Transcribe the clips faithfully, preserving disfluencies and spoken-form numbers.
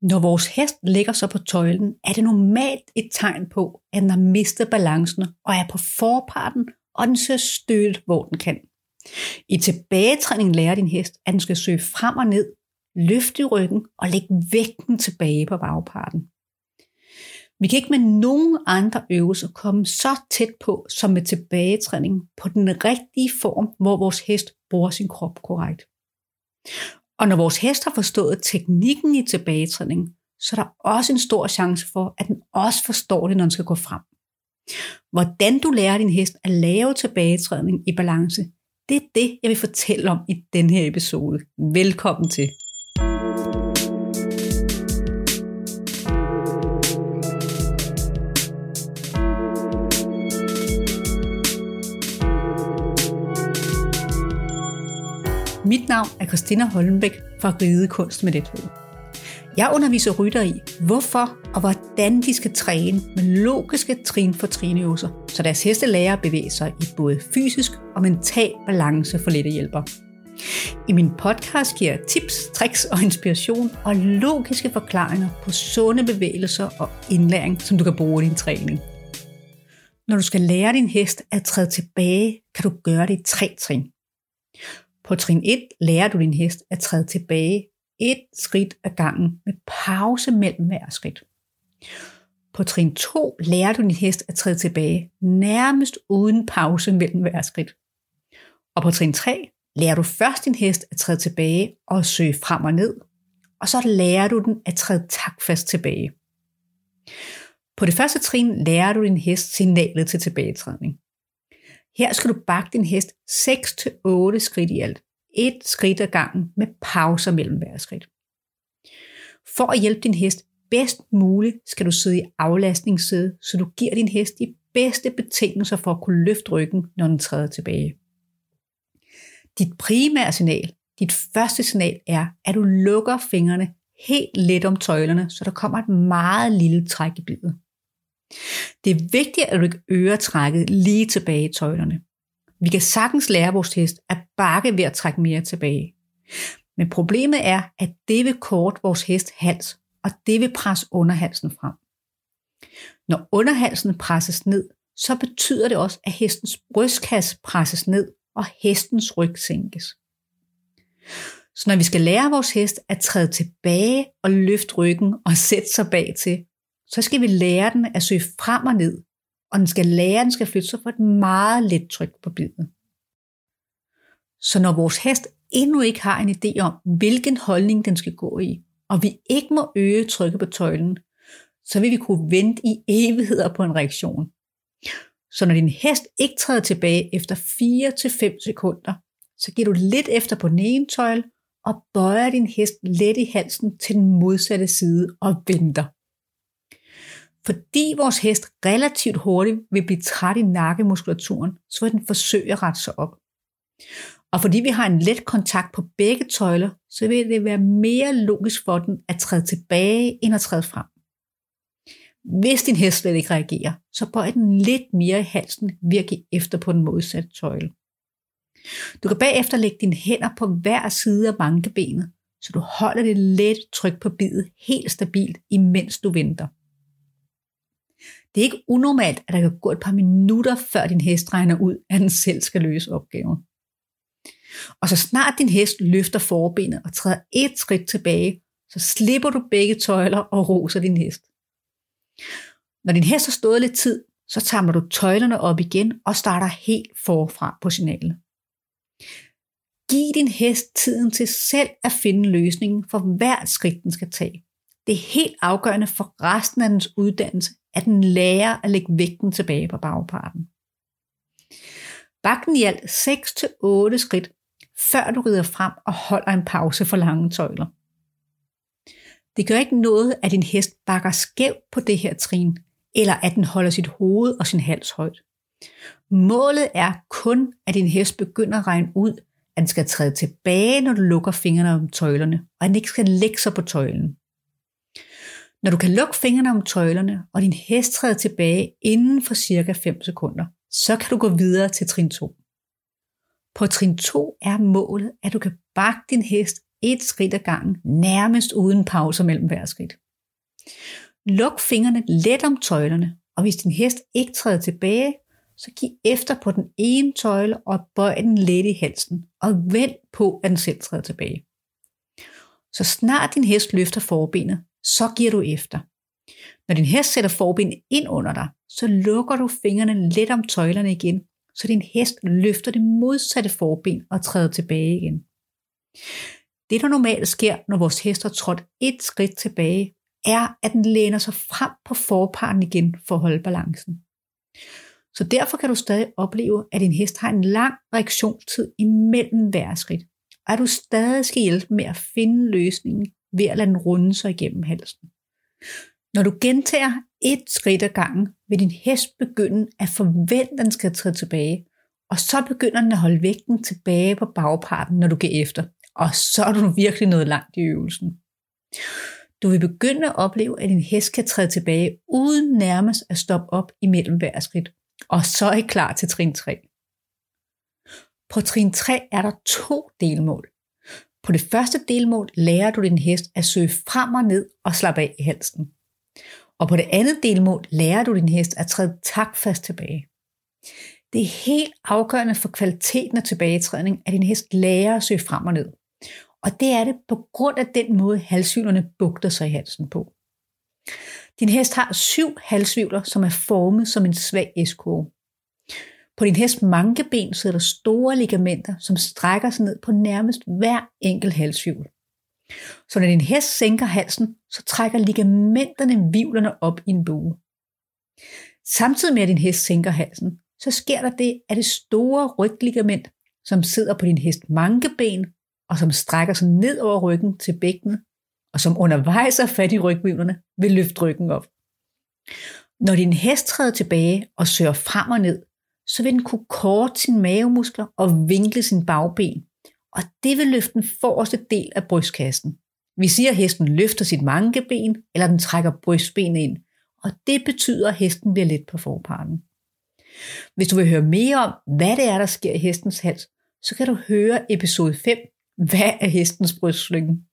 Når vores hest lægger sig på tøjlen, er det normalt et tegn på, at den har mistet balancen og er på forparten, og den ser stødt, hvor den kan. I tilbagetræning lærer din hest, at den skal søge frem og ned, løfte ryggen og lægge vægten tilbage på bagparten. Vi kan ikke med nogen andre øvelser komme så tæt på som med tilbagetræning på den rigtige form, hvor vores hest bruger sin krop korrekt. Og når vores hest har forstået teknikken i tilbagetræning, så er der også en stor chance for, at den også forstår det, når den skal gå frem. Hvordan du lærer din hest at lave tilbagetræning i balance, det er det, jeg vil fortælle om i denne her episode. Velkommen til. Mit navn er Christina Holmbæk fra Ridekunst med Lethed. Jeg underviser ryttere i, hvorfor og hvordan de skal træne med logiske trin for trinøvelser, så deres heste lærer at bevæge sig i både fysisk og mental balance for lette hjælper. I min podcast giver jeg tips, tricks og inspiration og logiske forklaringer på sunde bevægelser og indlæring, som du kan bruge i din træning. Når du skal lære din hest at træde tilbage, kan du gøre det i tre trin. På trin et lærer du din hest at træde tilbage et skridt ad gangen med pause mellem hver skridt. På trin to lærer du din hest at træde tilbage nærmest uden pause mellem hver skridt. Og på trin tre lærer du først din hest at træde tilbage og søge frem og ned, og så lærer du den at træde taktfast tilbage. På det første trin lærer du din hest signalet til tilbagetrædning. Her skal du bakke din hest seks til otte skridt i alt. Et skridt ad gangen med pauser mellem hver skridt. For at hjælpe din hest bedst muligt, skal du sidde i aflastningssæde, så du giver din hest de bedste betingelser for at kunne løfte ryggen, når den træder tilbage. Dit primære signal, dit første signal er, at du lukker fingrene helt let om tøjlerne, så der kommer et meget lille træk i bidet. Det er vigtigt, at du ikke øger trækket lige tilbage i tøjlerne. Vi kan sagtens lære vores hest at bakke ved at trække mere tilbage. Men problemet er, at det vil korte vores hest hals, og det vil presse underhalsen frem. Når underhalsen presses ned, så betyder det også, at hestens brystkasse presses ned, og hestens ryg sænkes. Så når vi skal lære vores hest at træde tilbage og løfte ryggen og sætte sig bag til, så skal vi lære den at søge frem og ned, og den skal lære, at den skal flytte sig for et meget let tryk på bidet. Så når vores hest endnu ikke har en idé om, hvilken holdning den skal gå i, og vi ikke må øge trykket på tøjlen, så vil vi kunne vente i evigheder på en reaktion. Så når din hest ikke træder tilbage efter fire til fem sekunder, så giver du lidt efter på den ene tøjle, og bøjer din hest let i halsen til den modsatte side og venter. Fordi vores hest relativt hurtigt vil blive træt i nakkemuskulaturen, så vil den forsøge at rette sig op. Og fordi vi har en let kontakt på begge tøjler, så vil det være mere logisk for den at træde tilbage end at træde frem. Hvis din hest slet ikke reagerer, så bøjer den lidt mere i halsen ved at give efter på den modsatte tøjle. Du kan bagefter lægge dine hænder på hver side af mankebenet, så du holder det let tryk på bidet helt stabilt, imens du venter. Det er ikke unormalt, at der kan gå et par minutter, før din hest regner ud, at den selv skal løse opgaven. Og så snart din hest løfter forbenet og træder et skridt tilbage, så slipper du begge tøjler og roser din hest. Når din hest har stået lidt tid, så samler du tøjlerne op igen og starter helt forfra på signalet. Giv din hest tiden til selv at finde løsningen for hvert skridt, den skal tage. Det er helt afgørende for resten af dens uddannelse, at den lærer at lægge vægten tilbage på bagparten. Bak den i alt seks til otte skridt, før du rider frem og holder en pause for lange tøjler. Det gør ikke noget, at din hest bakker skævt på det her trin, eller at den holder sit hoved og sin hals højt. Målet er kun, at din hest begynder at regne ud, at den skal træde tilbage, når du lukker fingrene om tøjlerne, og at den ikke skal lægge sig på tøjlen. Når du kan lukke fingrene om tøjlerne, og din hest træder tilbage inden for cirka fem sekunder, så kan du gå videre til trin to. På trin to er målet, at du kan bakke din hest et skridt ad gangen, nærmest uden pauser mellem hver skridt. Luk fingrene let om tøjlerne, og hvis din hest ikke træder tilbage, så giv efter på den ene tøjle og bøj den let i halsen, og vent på, at den selv træder tilbage. Så snart din hest løfter forbenet, så giver du efter. Når din hest sætter forbenet ind under dig, så lukker du fingrene let om tøjlerne igen, så din hest løfter det modsatte forben og træder tilbage igen. Det, der normalt sker, når vores hest har trådt et skridt tilbage, er, at den læner sig frem på forparten igen for at holde balancen. Så derfor kan du stadig opleve, at din hest har en lang reaktionstid imellem hver skridt, og at du stadig skal hjælpe med at finde løsningen ved at lade den runde sig igennem halsen. Når du gentager et skridt ad gangen, vil din hest begynde at forvente, at den skal træde tilbage, og så begynder den at holde vægten tilbage på bagparten, når du giver efter, og så er du virkelig nået langt i øvelsen. Du vil begynde at opleve, at din hest kan træde tilbage, uden nærmest at stoppe op imellem hver skridt, og så er I klar til trin tre. På trin tre er der to delmål. På det første delmål lærer du din hest at søge frem og ned og slappe af i halsen. Og på det andet delmål lærer du din hest at træde taktfast tilbage. Det er helt afgørende for kvaliteten af tilbagetrædning, at din hest lærer at søge frem og ned. Og det er det på grund af den måde, halshvirvlerne bugter sig i halsen på. Din hest har syv halshvirvler, som er formet som en svag S-kurve. På din hest mankeben sidder der store ligamenter, som strækker sig ned på nærmest hver enkelt halshvirvel. Så når din hest sænker halsen, så trækker ligamenterne hvirvlerne op i en bue. Samtidig med at din hest sænker halsen, så sker der det, at det store rygligament, som sidder på din hest mankeben, og som strækker sig ned over ryggen til bækkenet, og som undervejs er fat i ryghvirvlerne, vil løfte ryggen op. Når din hest træder tilbage og søger frem og ned, så vil den kunne korte sine mavemuskler og vinkle sin bagben, og det vil løfte den forreste del af brystkassen. Vi siger, at hesten løfter sit mankeben, eller den trækker brystbenet ind, og det betyder, at hesten bliver let på forparten. Hvis du vil høre mere om, hvad det er, der sker i hestens hals, så kan du høre episode fem, hvad er hestens brystslynge?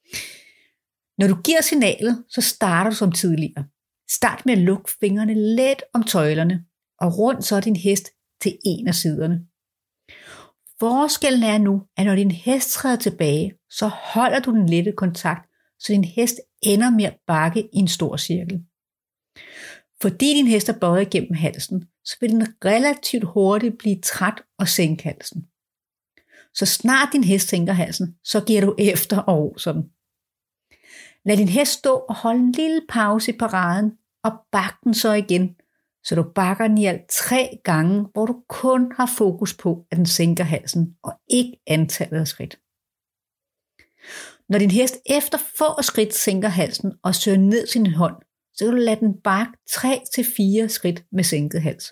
Når du giver signalet, så starter du som tidligere. Start med at lukke fingrene let om tøjlerne, og rund så din hest til en af siderne. Forskellen er nu, at når din hest træder tilbage, så holder du den lette kontakt, så din hest ender med at bakke i en stor cirkel. Fordi din hest er bøjet gennem halsen, så vil den relativt hurtigt blive træt og sænke halsen. Så snart din hest sænker halsen, så giver du efter og roser den. Lad din hest stå og holde en lille pause i paraden, og bak den så igen, så du bakker den i alt tre gange, hvor du kun har fokus på, at den sænker halsen, og ikke antallet af skridt. Når din hest efter få skridt sænker halsen og søger ned sin hånd, så kan du lade den bakke tre til fire skridt med sænket hals.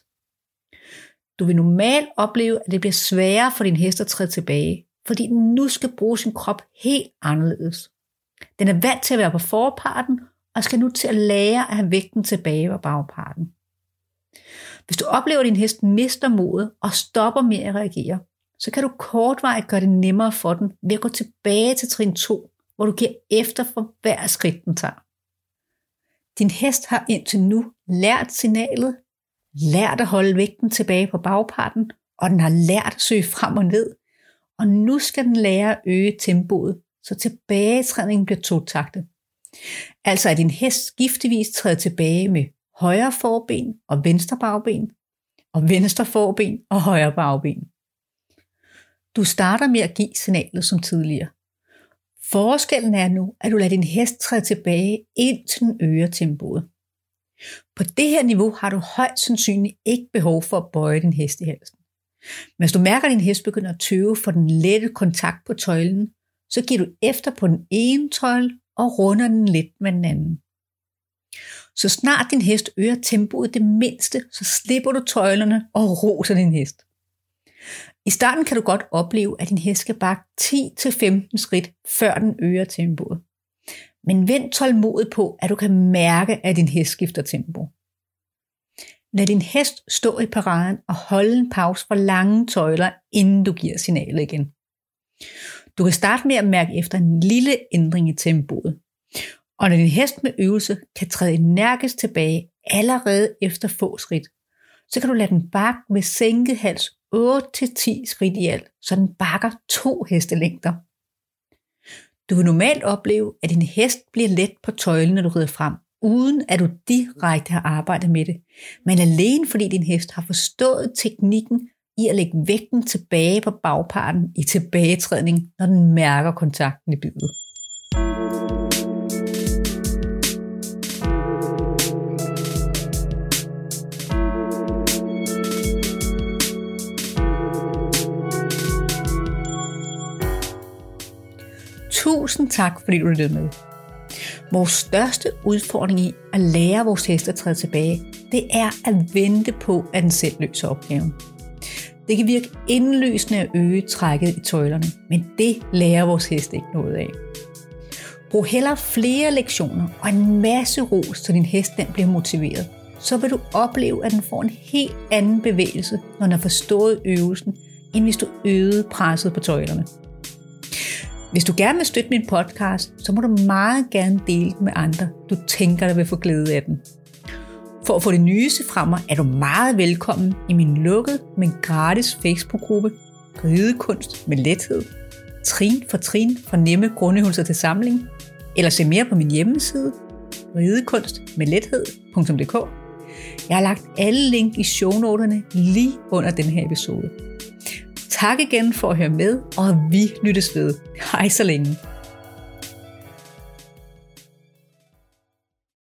Du vil normalt opleve, at det bliver sværere for din hest at træde tilbage, fordi den nu skal bruge sin krop helt anderledes. Den er vant til at være på forparten, og skal nu til at lære at have vægten tilbage på bagparten. Hvis du oplever, at din hest mister modet og stopper med at reagere, så kan du kortvarigt gøre det nemmere for den ved at gå tilbage til trin to, hvor du giver efter for hver skridt den tager. Din hest har indtil nu lært signalet, lært at holde vægten tilbage på bagparten, og den har lært at søge frem og ned, og nu skal den lære at øge tempoet, så tilbagetrædningen bliver totaktet. Altså at din hest skiftevis træder tilbage med højre forben og venstre bagben, og venstre forben og højre bagben. Du starter med at give signalet som tidligere. Forskellen er nu, at du lader din hest træde tilbage, indtil den øger tempoet. På det her niveau har du højst sandsynligt ikke behov for at bøje din hest i halsen. Men hvis du mærker, at din hest begynder at tøve for den lette kontakt på tøjlen, så giver du efter på den ene tøjle og runder den lidt med den anden. Så snart din hest øger tempoet det mindste, så slipper du tøjlerne og roser din hest. I starten kan du godt opleve, at din hest skal bakke ti til femten skridt, før den øger tempoet. Men vent tålmodigt på, at du kan mærke, at din hest skifter tempo. Lad din hest stå i paraden og holde en pause for lange tøjler, inden du giver signalet igen. Du kan starte med at mærke efter en lille ændring i tempoet. Og når din hest med øvelse kan træde energisk tilbage allerede efter få skridt, så kan du lade den bakke med sænket hals otte til ti skridt i alt, så den bakker to hestelængder. Du vil normalt opleve, at din hest bliver let på tøjlen, når du rider frem, uden at du direkte har arbejdet med det, men alene fordi din hest har forstået teknikken i at lægge vægten tilbage på bagparten i tilbagetrædning, når den mærker kontakten i bidet. Tusind tak, fordi du lyttede med. Vores største udfordring i at lære vores hest at træde tilbage, det er at vente på, at den selv løser opgaven. Det kan virke indlysende at øge trækket i tøjlerne, men det lærer vores hest ikke noget af. Brug hellere flere lektioner og en masse ros, så din hest den bliver motiveret. Så vil du opleve, at den får en helt anden bevægelse, når den har forstået øvelsen, end hvis du øgede presset på tøjlerne. Hvis du gerne vil støtte min podcast, så må du meget gerne dele den med andre, du tænker, der vil få glæde af den. For at få det nyeste fra mig, er du meget velkommen i min lukkede, men gratis Facebook-gruppe Ridekunst med lethed. Trin for trin fra nemme grundøvelser til samling. Eller se mere på min hjemmeside ridekunst med lethed punktum d k. Jeg har lagt alle link i shownoterne lige under den her episode. Tak igen for at høre med, og vi lyttes ved. Hej så længe.